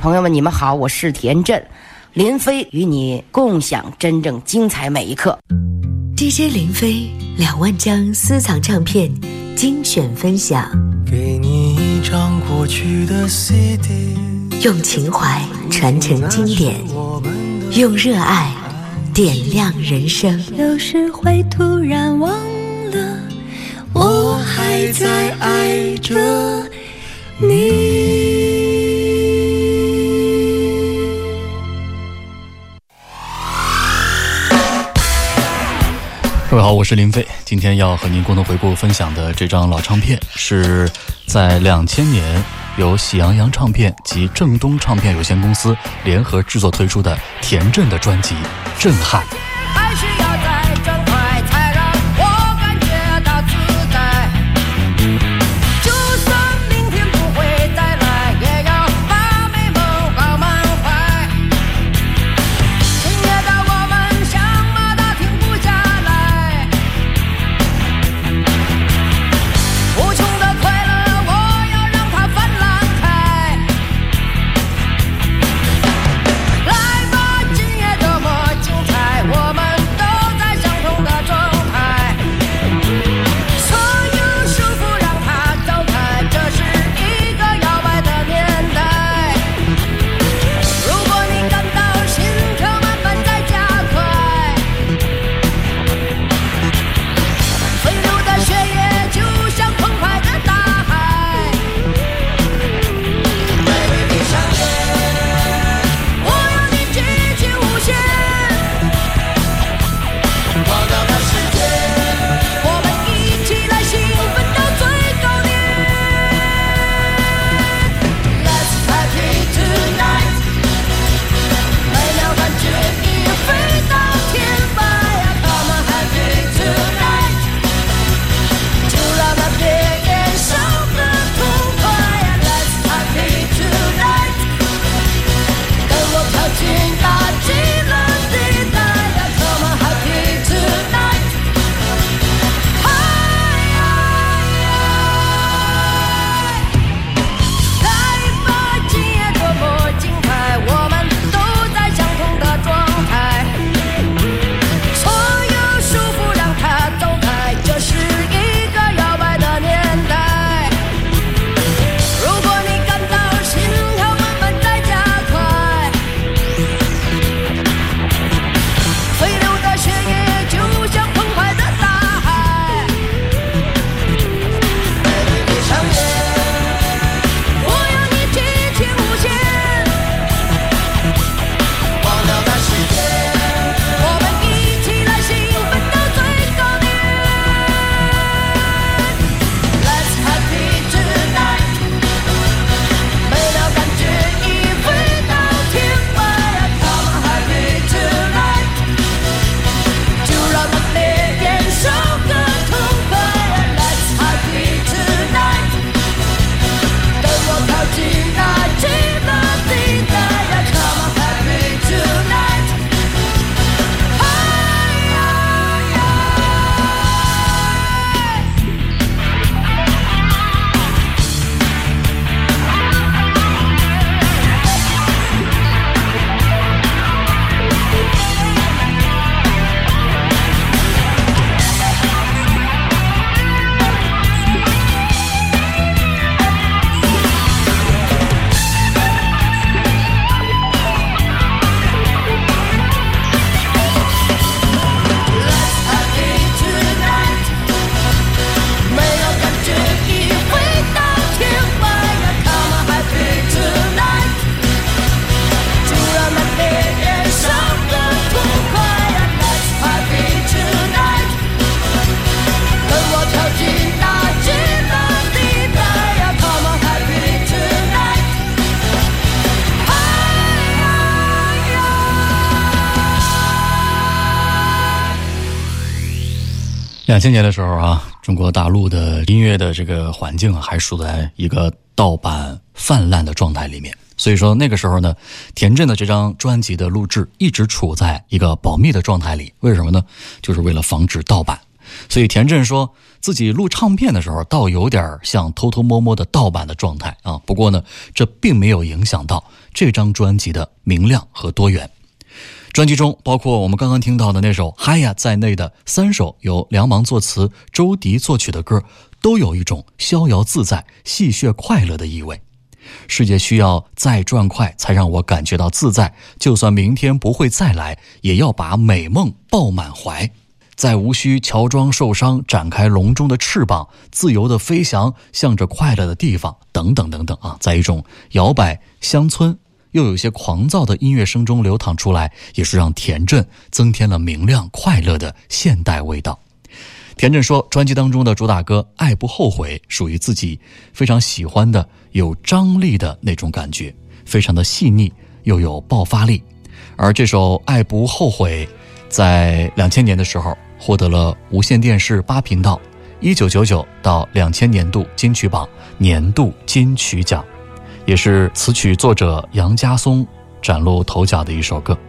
朋友们，你们好，我是田震，林飞与你共享真正精彩每一刻。 DJ 林飞2万张私藏唱片精选分享， 给你一张过去的 CD， 用情怀传承经典，用热爱点亮人生。 有时会突然忘了，我还在爱着你。 各位好，我是林飞，今天要和您共同回顾分享的这张老唱片，是在2000年由喜羊羊唱片及正东唱片有限公司联合制作推出的田震的专辑《震撼》。 还需要再整块才让我感觉到自在，就算明天不会再来，也要把美梦抱满怀。深夜的我们像马达停不下来，无穷的快乐我要让它泛滥开。来吧，今夜多么精彩，我们都在相同的状态，所有束缚让它走开，这是一个摇摆的年代。如果你感到心跳慢慢在加快，飞流的血液就像澎湃的大海。Baby， 闭上眼，我要你激情无限，忘掉的世界，我们一起来兴奋到最高点。Let's happy tonight， 每秒感觉已飞到天外啊 Come on happy tonight， 就让那烈焰烧得痛快啊 Let's happy tonight， 跟我跳进那极乐地带啊 Come on happy tonight， 嗨来吧，今夜多么精彩，我们都在相同的状态，所有束缚让它走开，这是一个摇摆的年代。如果你感到心跳慢慢在加快，飞流的血液就像澎湃的大海。Baby， 闭上眼，我要你激情无限，忘掉那世界，我们一起来兴奋到最高点。Let's happy tonight， 每秒感觉已飞到天外啊 Come on happy tonight， 就让那烈焰烧个痛快啊 Let's happy tonight， 跟我跳进那极乐地带啊 Come on happy tonight， 嗨Let's happy tonight， 每秒感觉已飞到天外啊 Come on happy tonight， 就让那烈焰烧得痛快啊 Let's happy tonight， 跟我跳进那极乐地带啊 Come on happy tonight， 2000年的时候啊，中国大陆的音乐的这个环境啊，还处在一个盗版泛滥的状态里面。所以说那个时候呢，田震的这张专辑的录制一直处在一个保密的状态里。为什么呢？就是为了防止盗版。 所以田震说自己录唱片的时候倒有点像偷偷摸摸的盗版的状态啊。不过呢，这并没有影响到这张专辑的明亮和多元。专辑中包括我们刚刚听到的那首《嗨呀》在内的3首由梁芒作词、周迪作曲的歌，都有一种逍遥自在、戏谑快乐的意味。世界需要再转快才让我感觉到自在，就算明天不会再来，也要把美梦抱满怀，在无需乔装受伤，展开笼中的翅膀，自由的飞翔，向着快乐的地方，等等等等啊，在一种摇摆乡村又有些狂躁的音乐声中流淌出来，也是让田震增添了明亮快乐的现代味道。田震说，专辑当中的主打歌《爱不后悔》属于自己非常喜欢的有张力的那种感觉，非常的细腻又有爆发力。而这首《爱不后悔》在2000年的时候获得了无线电视8频道1999到2000年度金曲榜年度金曲奖，也是词曲作者杨家松崭露头角的一首歌。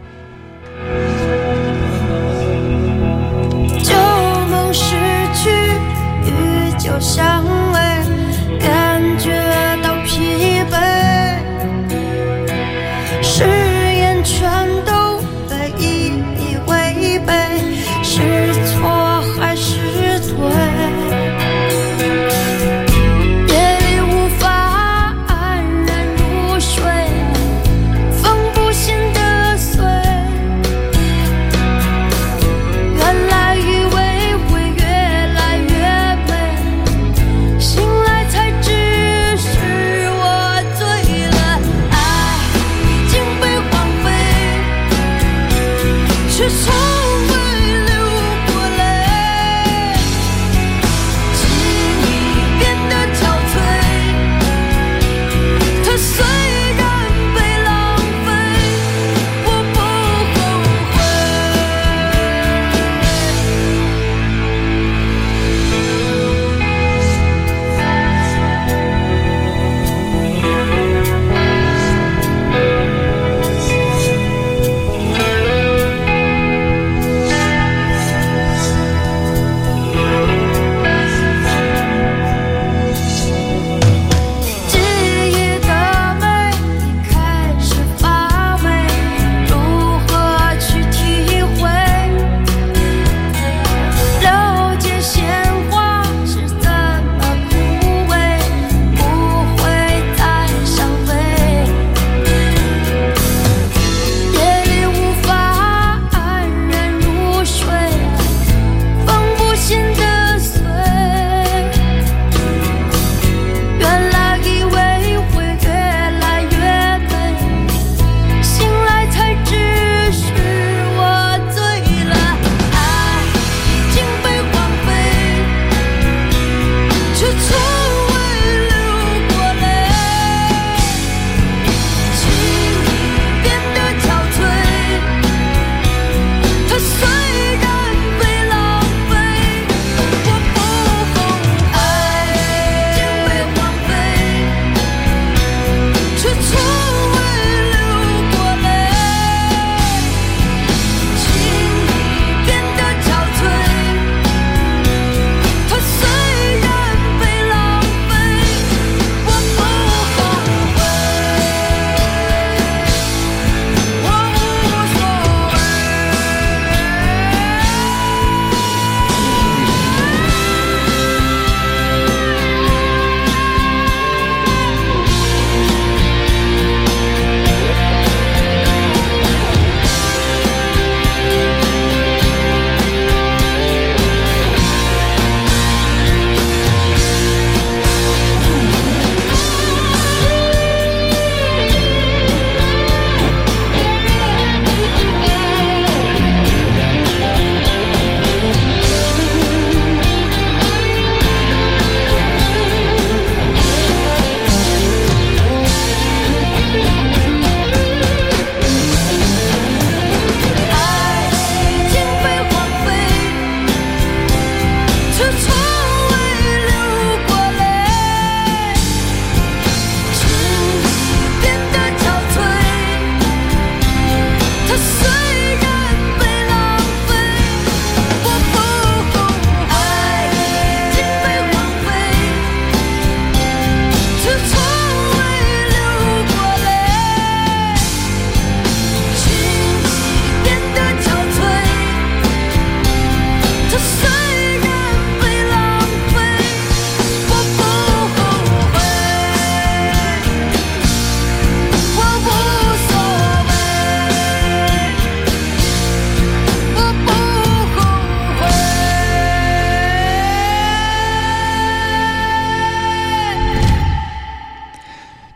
就相偎，感觉到疲惫，誓言全都被一一违背，是错还是对？夜里无法安然入睡，放不下的碎，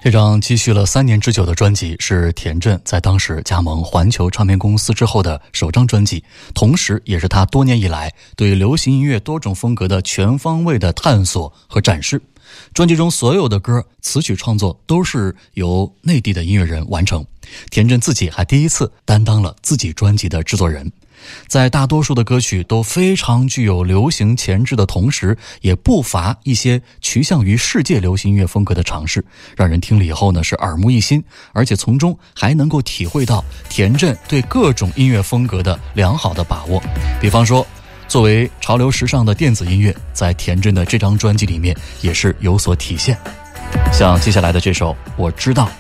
这张积蓄了3年之久的专辑是田震在当时加盟环球唱片公司之后的首张专辑，同时也是他多年以来对流行音乐多种风格的全方位的探索和展示。专辑中所有的歌词曲创作都是由内地的音乐人完成，田震自己还第一次担当了自己专辑的制作人。在大多数的歌曲都非常具有流行潜质的同时，也不乏一些趋向于世界流行音乐风格的尝试，让人听了以后呢是耳目一新，而且从中还能够体会到田震对各种音乐风格的良好的把握。比方说作为潮流时尚的电子音乐，在田震的这张专辑里面也是有所体现。像接下来的这首《我知道》，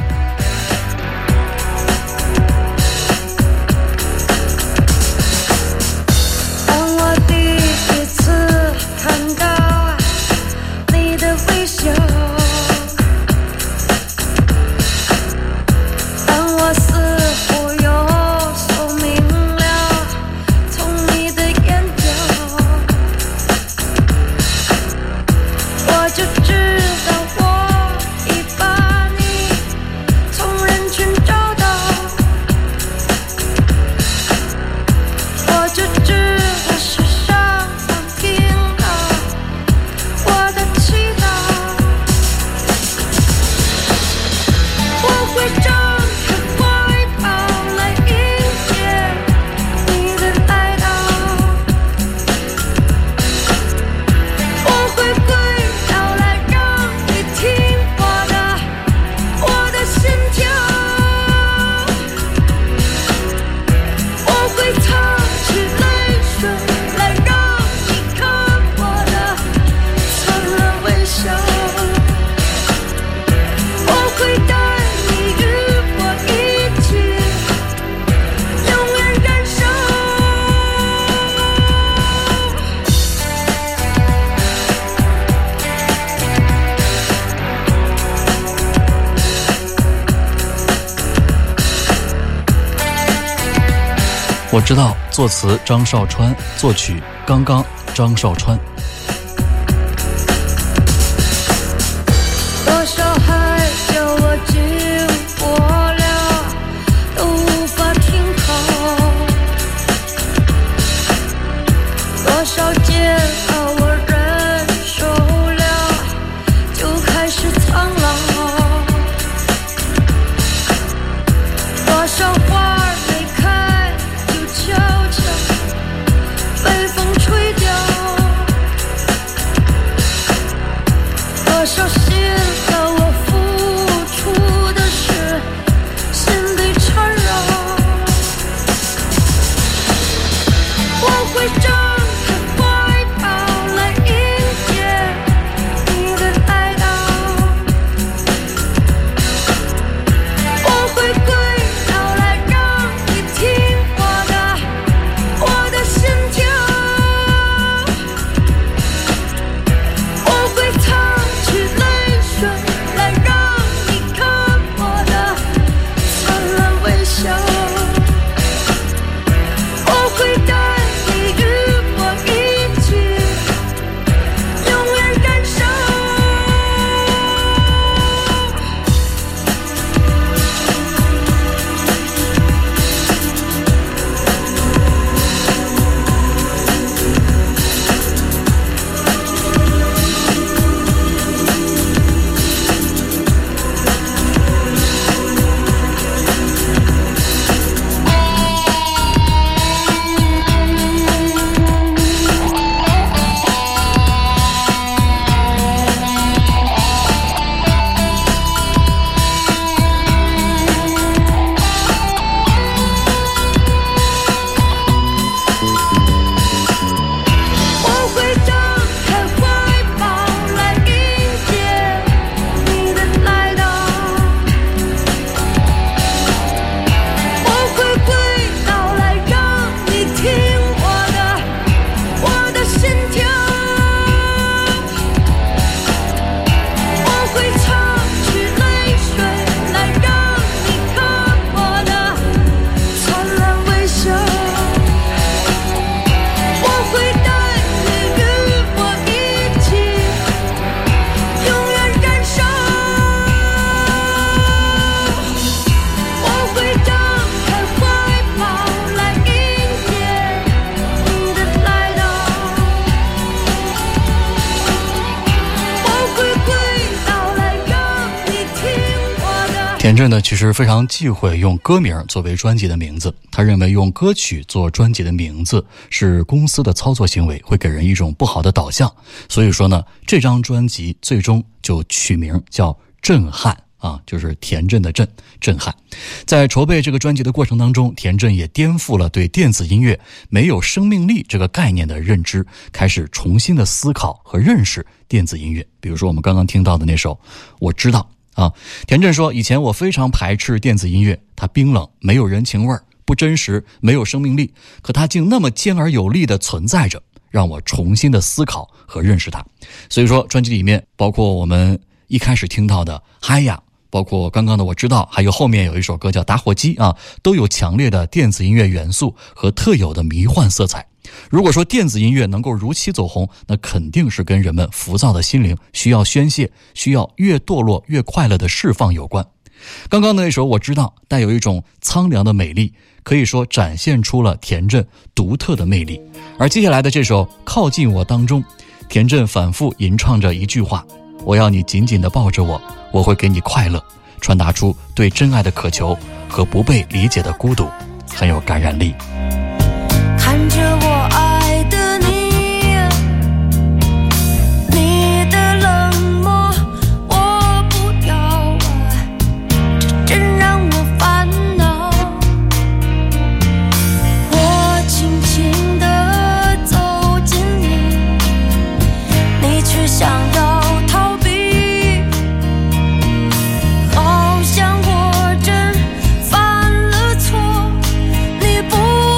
我知道，作词张少川，作曲刚刚张少川。 多少海叫我经过了，都无法停靠。多少煎熬我忍受了，就开始苍老。多少花没开，悄悄被风吹掉，多少心和我付出的事心里缠绕，我会张开怀抱来迎接你的来到，我会跪倒来让你听我的心跳，我会藏起泪水来让你看我的灿烂微笑，我会带你与我一起永远燃烧。 田震呢，其实非常忌讳用歌名作为专辑的名字，他认为用歌曲做专辑的名字是公司的操作行为，会给人一种不好的导向。所以说呢，这张专辑最终就取名叫震撼啊，就是田震的震，震撼。在筹备这个专辑的过程当中，田震也颠覆了对电子音乐没有生命力这个概念的认知，开始重新的思考和认识电子音乐。比如说我们刚刚听到的那首我知道啊，田震说，以前我非常排斥电子音乐，它冰冷，没有人情味，不真实，没有生命力，可它竟那么坚而有力地存在着，让我重新的思考和认识它。所以说专辑里面包括我们一开始听到的嗨呀，包括刚刚的我知道，还有后面有一首歌叫打火机啊，都有强烈的电子音乐元素和特有的迷幻色彩。如果说电子音乐能够如期走红，那肯定是跟人们浮躁的心灵需要宣泄，需要越堕落越快乐的释放有关。刚刚的那首我知道带有一种苍凉的美丽，可以说展现出了田震独特的魅力。而接下来的这首靠近我当中，田震反复吟唱着一句话，我要你紧紧地抱着我，我会给你快乐，传达出对真爱的渴求和不被理解的孤独，很有感染力。 看着我爱的你，你的冷漠我不要啊，这真让我烦恼。我轻轻地走近你，你却想要逃避，好像我真犯了错，你不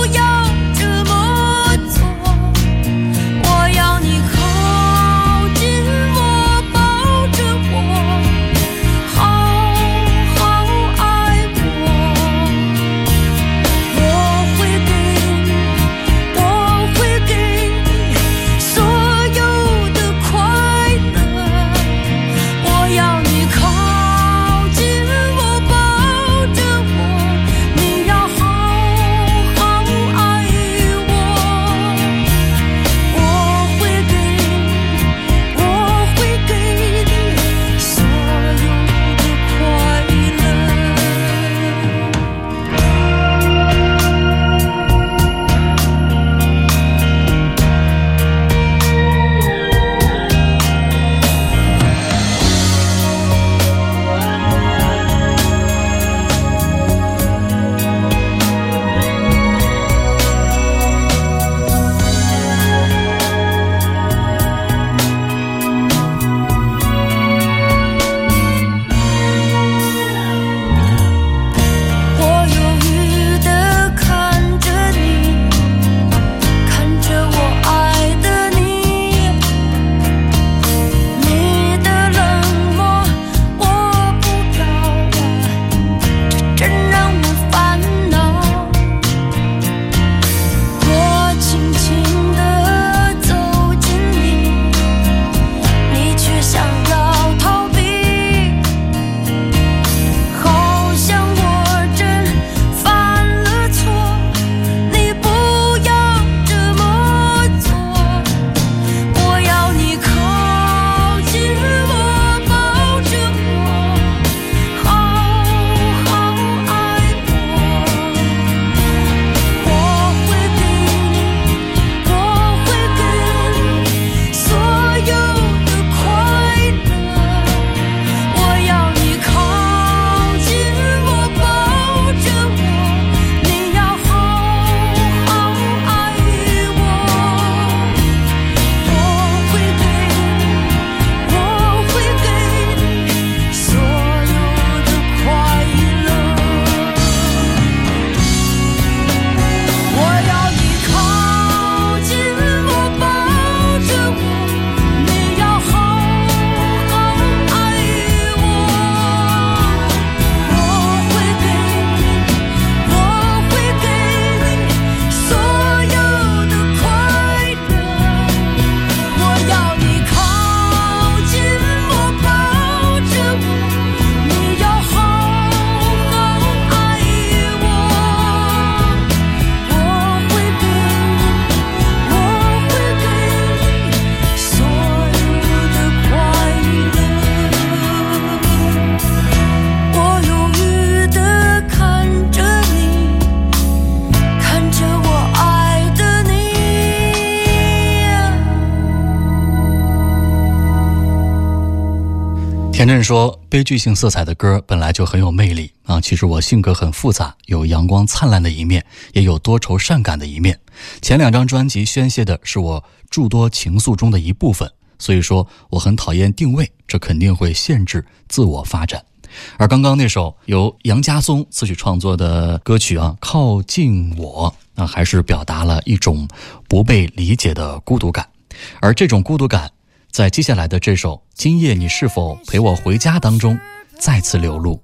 田震说，悲剧性色彩的歌本来就很有魅力啊。其实我性格很复杂，有阳光灿烂的一面，也有多愁善感的一面。前2张专辑宣泄的是我诸多情愫中的一部分，所以说我很讨厌定位，这肯定会限制自我发展。而刚刚那首由杨家松词曲创作的歌曲啊，靠近我，还是表达了一种不被理解的孤独感。而这种孤独感在接下来的这首今夜你是否陪我回家当中再次流露。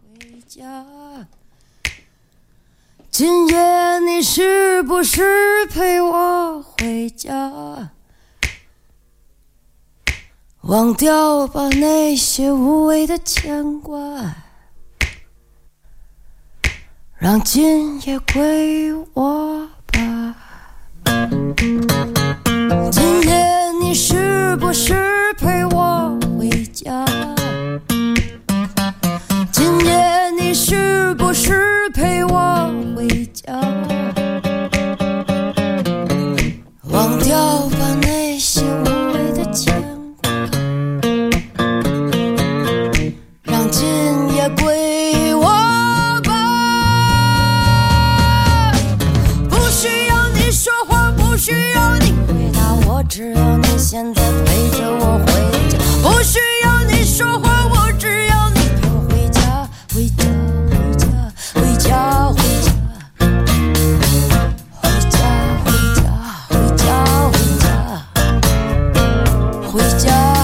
今夜你是不是陪我回家，忘掉吧那些无谓的牵挂，让今夜归我吧。今夜你是不是陪我回家，今夜你是不是陪我回家，忘掉吧那些无谓的牵挂，让今夜归我吧。不需要你说话，不需要你回答我，只要你现在陪着我回家。不需要你说话，我只要你陪我回家，回家，回家，回家，回家，回家，回家，回家，回家。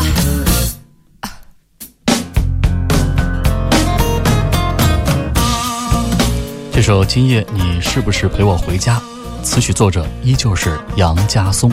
这首《今夜你是不是陪我回家》，词曲作者依旧是杨家松。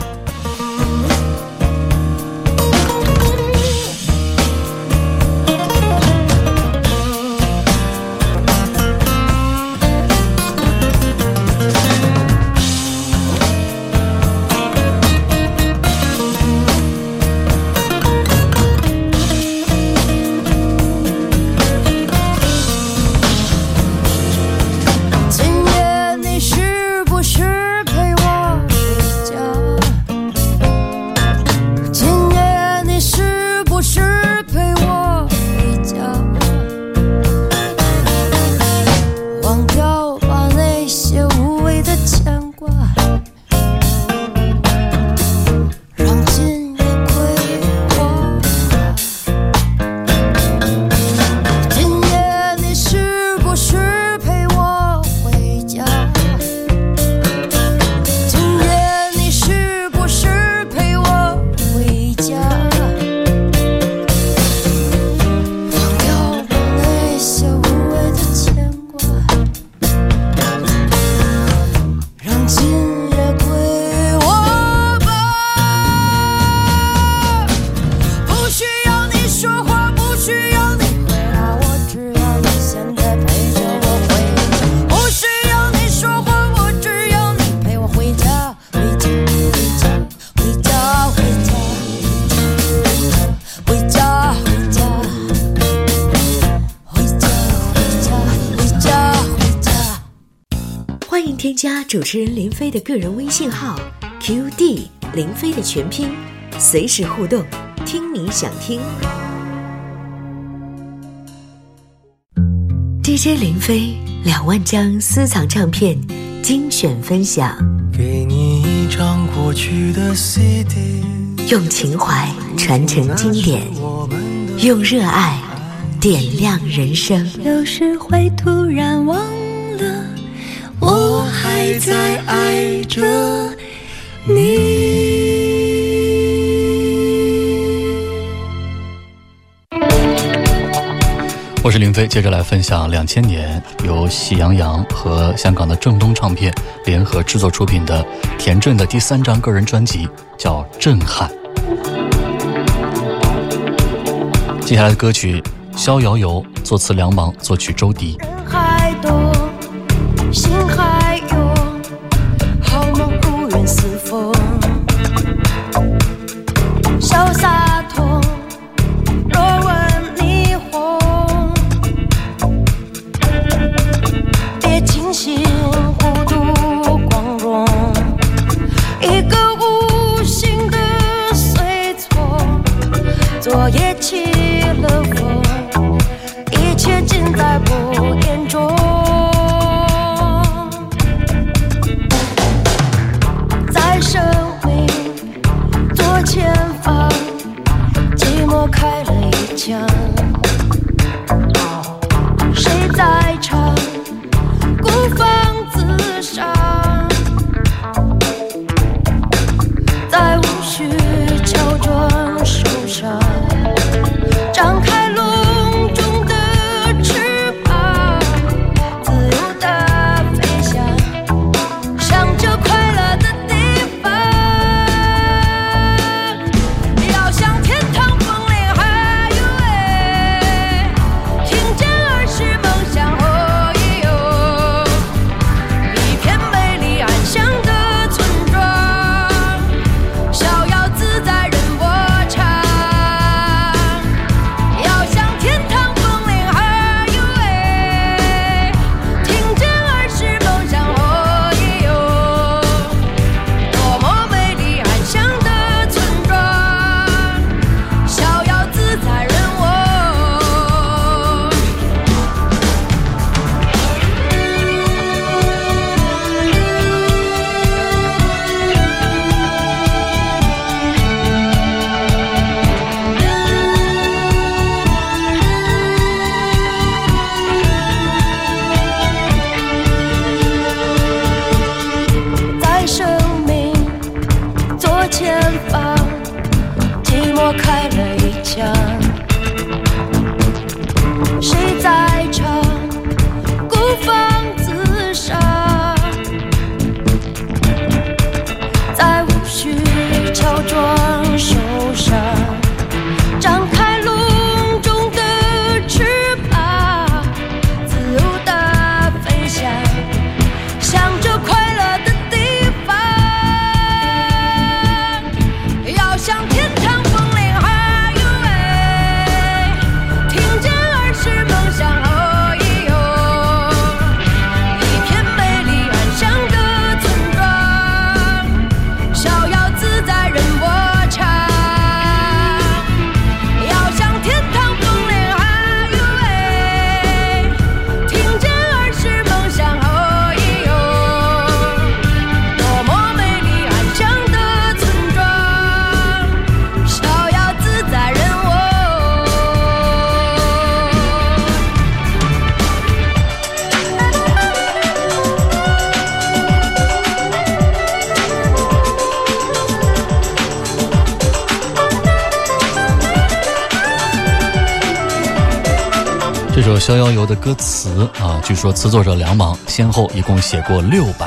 添加主持人林飞的个人微信号 QD 林飞的全拼，随时互动，听你想听。DJ 林飞2万张私藏唱片精选分享， 给你一张过去的 CD， 用情怀传承经典，用热爱点亮人生。 有时会突然忘了我还在爱着你。 我是林飞，接着来分享2000年由喜羊羊和香港的正东唱片联合制作出品的田震的第3张个人专辑，叫《震撼》。接下来的歌曲逍遥游，作词梁芒，作曲周迪。 人海多，心海涌，好梦如云似风，潇洒痛，若问霓虹，别轻信孤独光荣，一个无心的随从，昨夜起了风。 首《逍遥游》的歌词啊，据说词作者梁芒先后一共写过6版。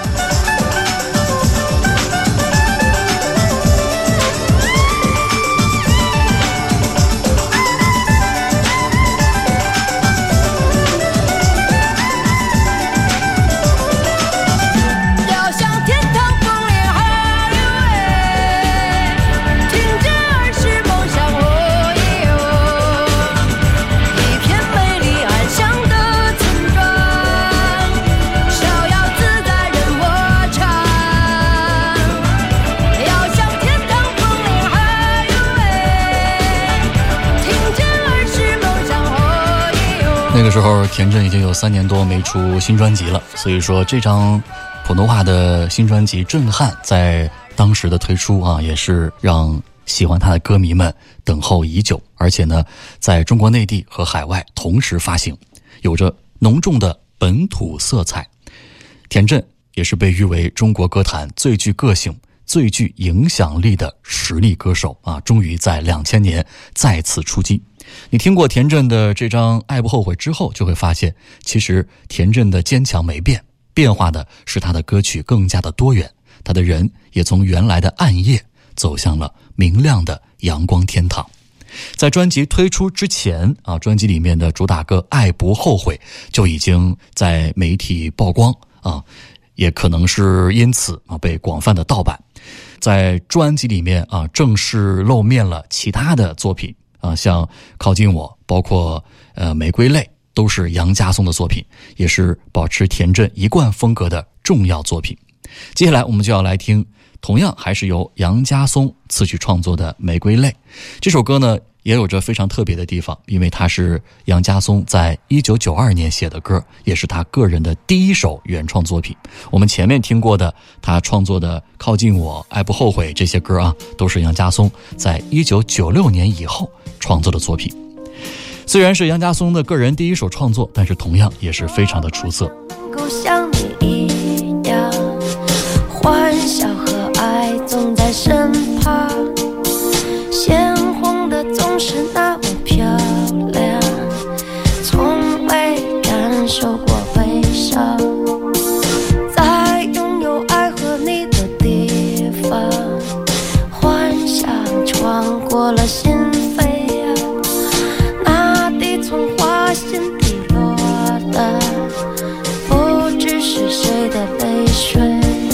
那个时候田震已经有3年多没出新专辑了，所以说这张普通话的新专辑《震撼》在当时的推出啊，也是让喜欢他的歌迷们等候已久，而且呢在中国内地和海外同时发行，有着浓重的本土色彩。田震也是被誉为中国歌坛最具个性、最具影响力的实力歌手啊，终于在2000年再次出击。你听过田震的这张《爱不后悔》之后，就会发现其实田震的坚强没变，变化的是他的歌曲更加的多元，他的人也从原来的暗夜走向了明亮的阳光天堂。在专辑推出之前啊，专辑里面的主打歌《爱不后悔》就已经在媒体曝光啊，也可能是因此啊被广泛的盗版。在专辑里面啊，正式露面了其他的作品啊，像《靠近我》，包括玫瑰泪，都是杨家松的作品，也是保持田震一贯风格的重要作品。接下来我们就要来听同样还是由杨家松词曲创作的《玫瑰泪》。这首歌呢也有着非常特别的地方，因为它是杨家松在1992年写的歌，也是他个人的第一首原创作品。我们前面听过的他创作的《靠近我》《爱不后悔》这些歌啊，都是杨家松在1996年以后创作的作品。虽然是杨家松的个人第一首创作，但是同样也是非常的出色。 能够像你一样，欢笑和爱总在身旁，鲜红的总是那么漂亮，从未感受过悲伤，在拥有爱和你的地方，幻想穿过了心扉啊，那滴从花心底落的不只是谁的泪水，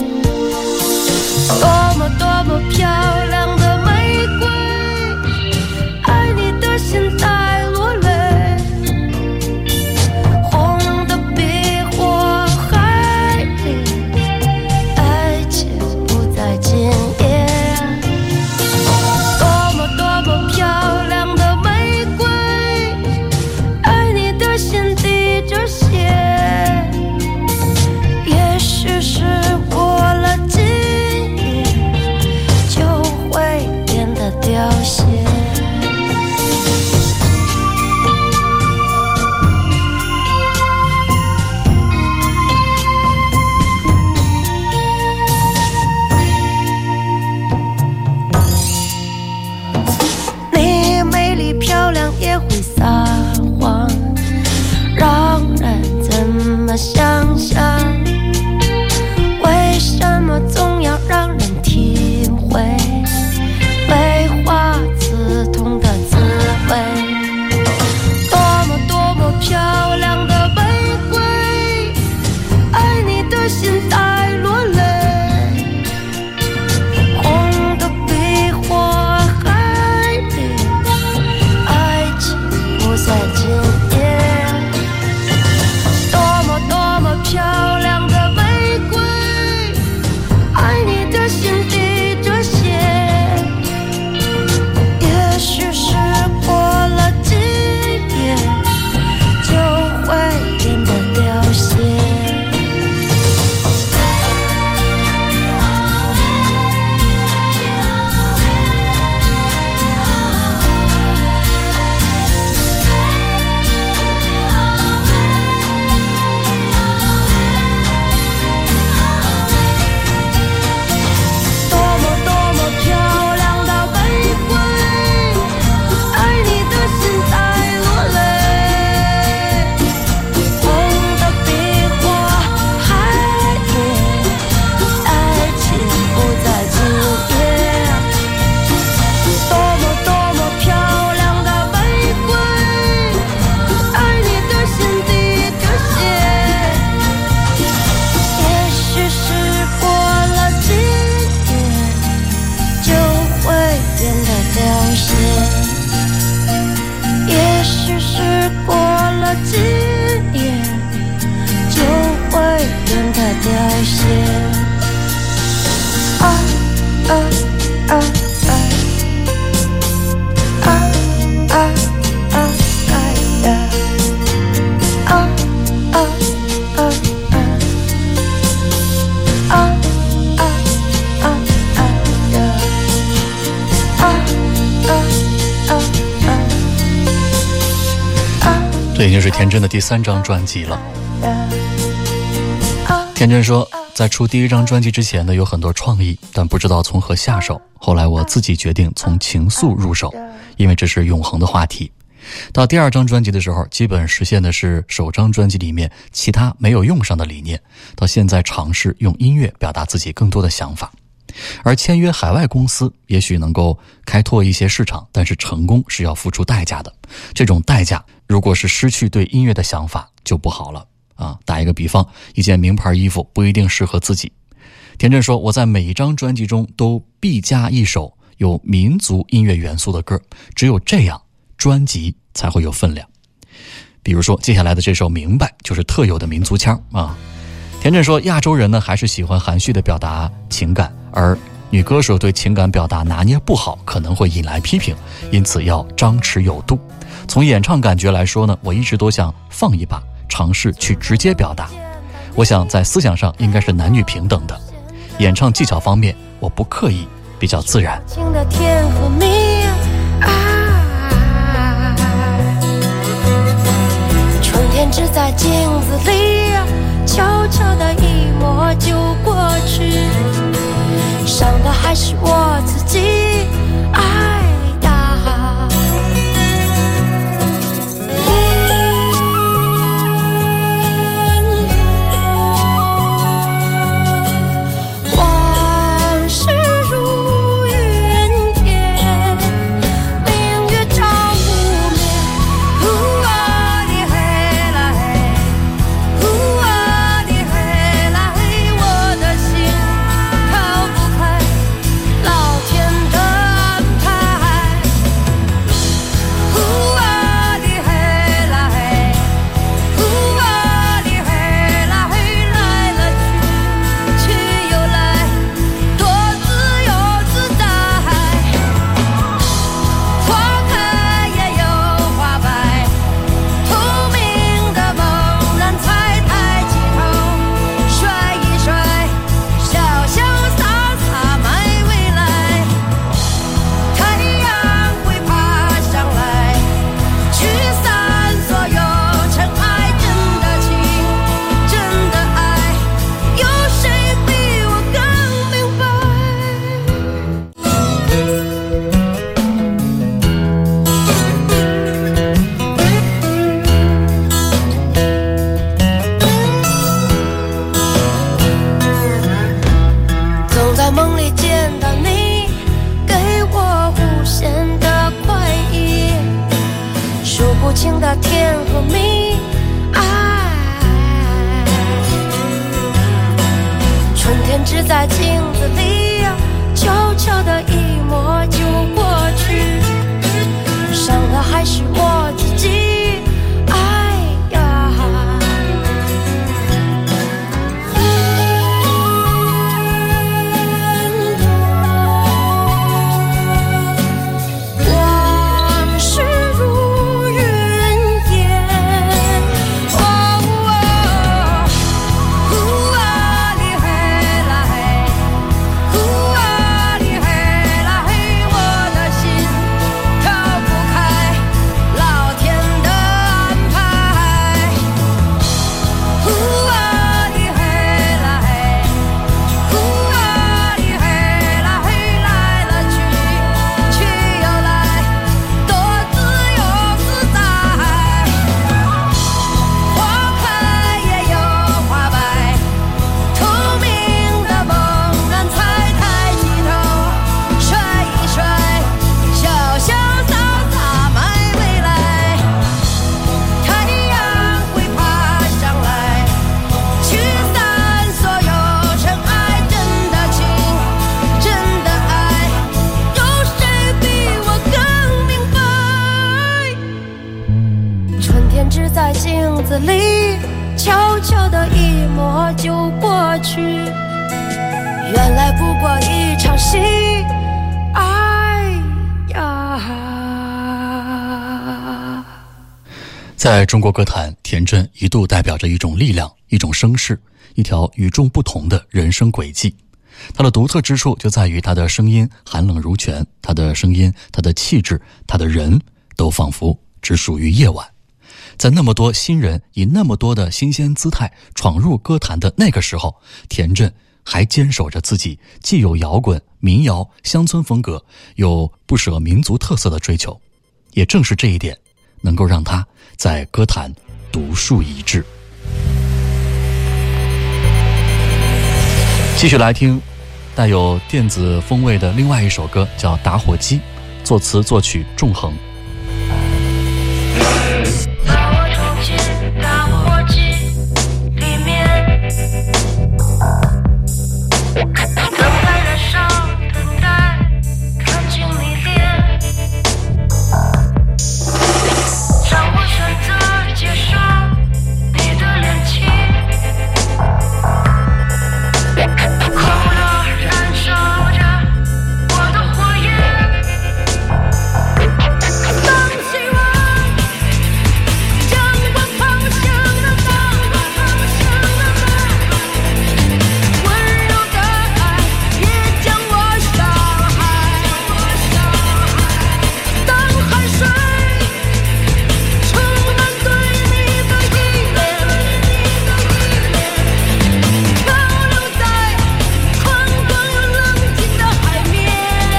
多么多么漂亮的玫瑰，爱你的心在落泪，红的比火还烈，爱情不再惊艳，多么多么漂亮的玫瑰，爱你的心滴着血，也许是过了今夜就会变得凋谢。你美丽漂亮也会撒谎，让人怎么想象？为什么总要让人体会被花刺痛的滋味？多么多么漂亮的玫瑰，爱你的心在落泪，红的比火还烈，爱情不再惊艳，多么多么漂亮的玫瑰，爱你的心滴着血，也许是过了今夜就会变得凋谢。 这已经是田震的第3张专辑了。田震说，在出第1张专辑之前呢，有很多创意，但不知道从何下手。后来我自己决定从情愫入手，因为这是永恒的话题。到第2张专辑的时候，基本实现的是首张专辑里面其他没有用上的理念。到现在尝试用音乐表达自己更多的想法。而签约海外公司也许能够开拓一些市场，但是成功是要付出代价的。这种代价如果是失去对音乐的想法就不好了啊。打一个比方，一件名牌衣服不一定适合自己。田震说，我在每一张专辑中都必加一首有民族音乐元素的歌，只有这样专辑才会有分量。比如说接下来的这首《明白》就是特有的民族腔啊。田震说，亚洲人呢还是喜欢含蓄的表达情感，而女歌手对情感表达拿捏不好，可能会引来批评，因此要张弛有度。从演唱感觉来说呢，我一直都想放一把，尝试去直接表达。我想在思想上应该是男女平等的。演唱技巧方面，我不刻意，比较自然。 情的甜和蜜春天只在镜子里悄悄地一抹就过去，伤的还是我自己。爱呀，往事如云烟，明月照不灭。你黑啦黑，你黑啦黑，我的心逃不开老天的安排。你黑啦黑，你黑啦黑，来了去，去又来，多自由自在。花开也有花败，透明的梦然才抬起头，甩一甩，潇潇洒洒迈未来。太阳会爬上来，驱散所有尘埃。真的情，真的爱，有谁比我更明白？总在梦里见到你，给我无限的快意，数不清的甜和蜜。春天只在镜子里悄悄地一抹就过去，伤的还是我自己。爱呀，往事如云烟。你黑啦黑，你黑啦黑，我的心逃不开老天的安排。你黑啦黑，你黑啦黑，来了去，去又来，多自由自在。花开也有花败，透明的梦然才抬起头，甩一甩，潇潇洒洒迈未来。太阳会爬上来，驱散所有尘埃。真的情，真的爱，有谁比我更明白？春天只在镜子里悄悄地一抹就过去，原来不过一场戏。爱呀， 在中国歌坛，田震一度代表着一种力量，一种声势，一条与众不同的人生轨迹。他的独特之处就在于他的声音寒冷如泉，他的声音，他的气质，他的人都仿佛只属于夜晚。 在那么多新人以那么多的新鲜姿态闯入歌坛的那个时候，田震还坚守着自己既有摇滚、民谣、乡村风格，又不舍民族特色的追求。也正是这一点，能够让他在歌坛独树一帜。继续来听带有电子风味的另外一首歌，叫《打火机》，作词作曲仲恒。 把我装进打火机里面，等待燃烧，等待看清你脸，让我选择接受你的恋情，狂热燃烧着我的火焰。当希望将我抛向了温柔的爱也将我伤害。当海水充满对你的依恋，漂流在宽广又冷静的海面。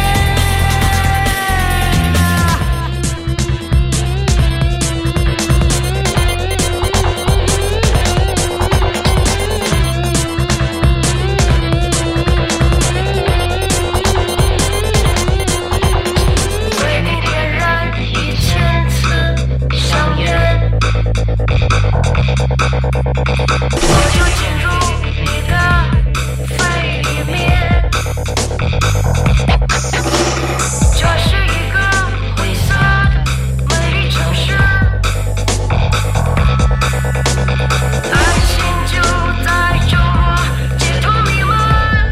为你点燃1000次香烟，我就进入你的肺面。这是一个灰色的美丽城市，爱情就在周末街头弥漫。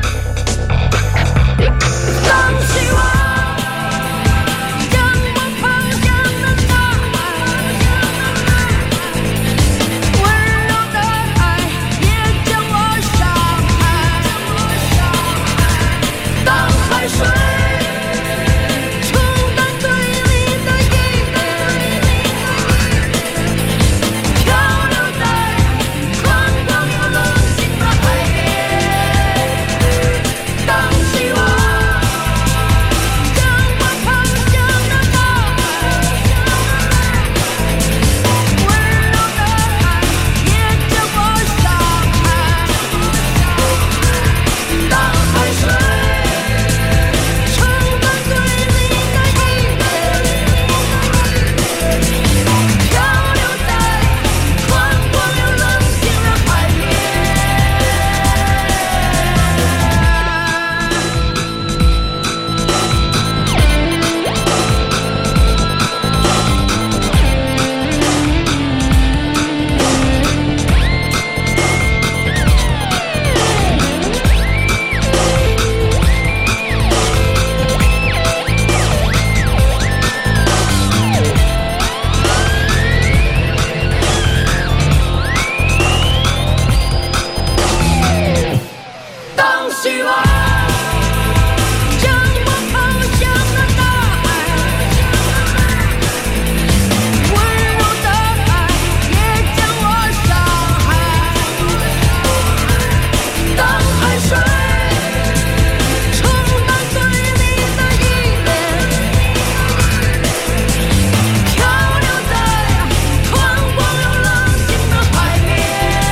当希望将我抛向了大海，温柔的爱也将我伤害。当海水冲淡对你的依恋，漂流在宽广又冷静的海面。当希望将我抛向了大海，温柔的爱也将我伤害。当海水冲淡对你的依恋，漂流在宽广又冷静的海面。当希望将我抛向了大海，温柔的爱也将我伤害。当海水充满对你的依恋，漂流在宽广又冷静的海面。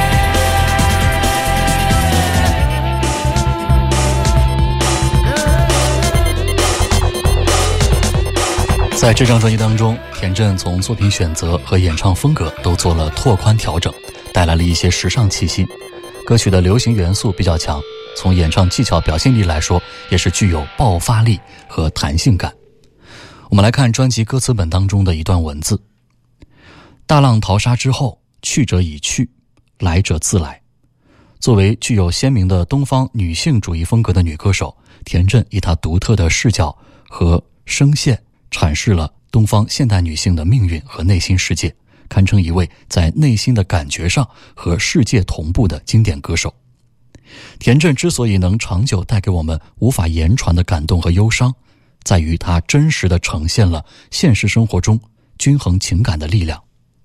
在这张专辑当中，田震从作品选择和演唱风格都做了拓宽调整，带来了一些时尚气息。歌曲的流行元素比较强，从演唱技巧表现力来说，也是具有爆发力和弹性感。我们来看专辑歌词本当中的一段文字：大浪淘沙之后，去者已去，来者自来。作为具有鲜明的东方女性主义风格的女歌手，田震以她独特的视角和声线阐释了东方现代女性的命运和内心世界，堪称一位在内心的感觉上和世界同步的经典歌手。田震之所以能长久带给我们无法言传的感动和忧伤，在于他真实地呈现了现实生活中均衡情感的力量。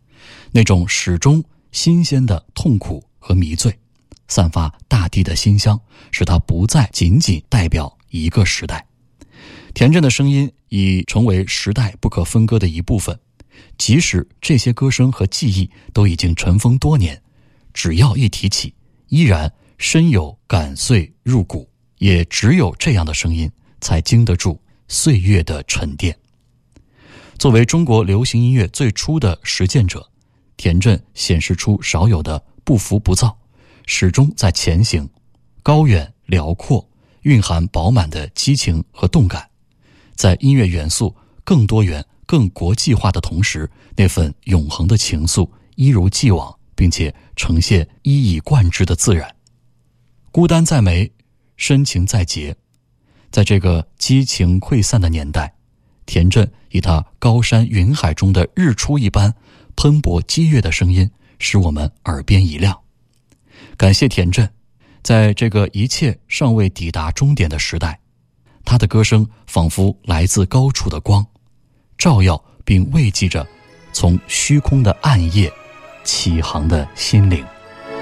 那种始终新鲜的痛苦和迷醉，散发大地的馨香，使它不再仅仅代表一个时代。田震的声音已成为时代不可分割的一部分，即使这些歌声和记忆都已经尘封多年，只要一提起，依然深有感碎入骨。也只有这样的声音才经得住岁月的沉淀。作为中国流行音乐最初的实践者，田震显示出少有的不浮不躁，始终在前行，高远辽阔，蕴含饱满的激情和动感。在音乐元素更多元更国际化的同时，那份永恒的情愫一如既往，并且呈现一以贯之的自然。孤单再美，深情再洁。在这个激情溃散的年代，田震以他高山云海中的日出一般喷薄激越的声音，使我们耳边一亮。感谢田震，在这个一切尚未抵达终点的时代，他的歌声仿佛来自高处的光，照耀并慰藉着从虚空的暗夜起航的心灵。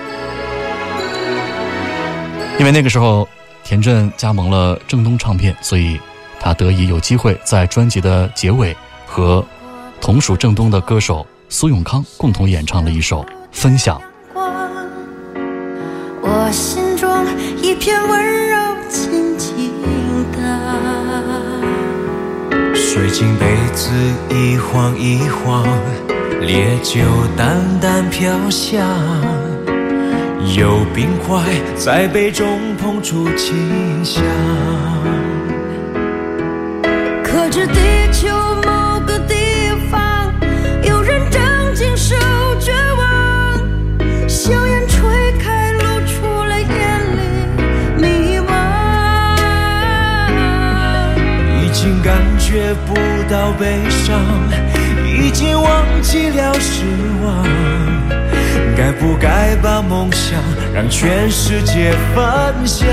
因为那个时候田震加盟了正东唱片，所以他得以有机会在专辑的结尾和同属正东的歌手苏永康共同演唱了一首《分享》。 我心中一片温柔静静的， 水晶杯子一晃一晃，烈酒淡淡飘香，有冰块在杯中碰出清香。 可知地球某个地方，有人正经受绝望，硝烟吹开，露出了眼里迷茫。 已经感觉不到悲伤，已经忘记了失望，该不该把梦想让全世界分享？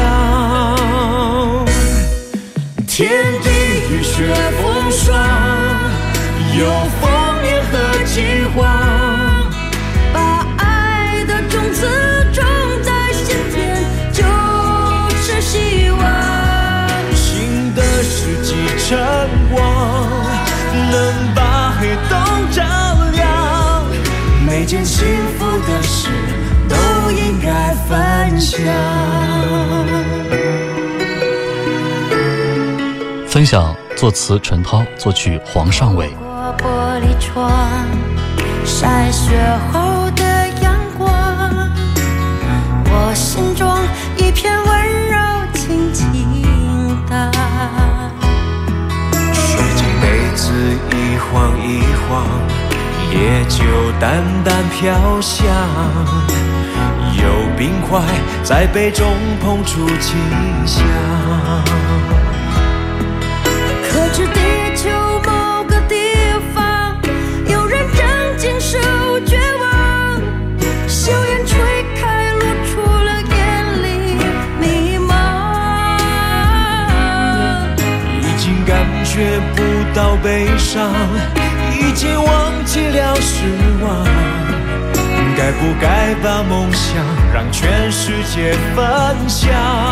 天地雨雪风霜，有丰年和饥荒， 把爱的种子种在心田，就是希望。 新的世纪晨光能把黑洞照亮，每件幸福的事都应该分享。 分享作词陈涛，作曲黄尚伟。 过玻璃窗，晒雪后的阳光，我心中一片温柔静静的。 水晶杯子一晃一晃，烈酒淡淡飘香，有冰块在杯中碰出清香。 可知地球某个地方，有人正经受绝望，硝烟吹开，露出了眼里迷茫。 已经感觉不到悲伤，已经忘记了失望，该不该把梦想让全世界分享？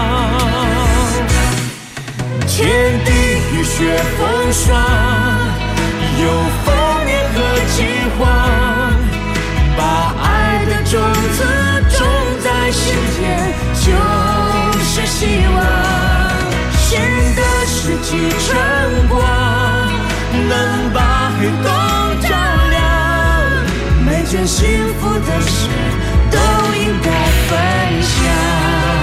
天地雨雪风霜，有丰年和饥荒，把爱的种子种在心田，就是希望。新的世纪晨光能把黑洞照亮，每件幸福的事都应该分享。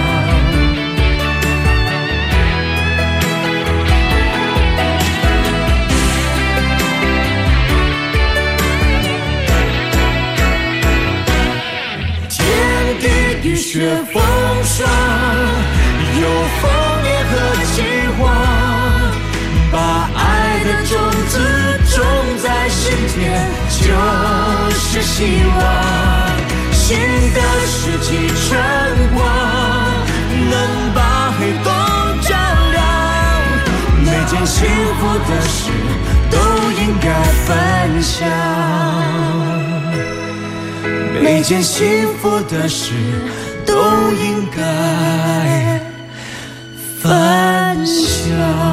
雨雪风霜，有丰年和饥荒，把爱的种子种在心田，就是希望。新的世纪晨光能把黑洞照亮，每件幸福的事都应该分享。 每件幸福的事都应该分享。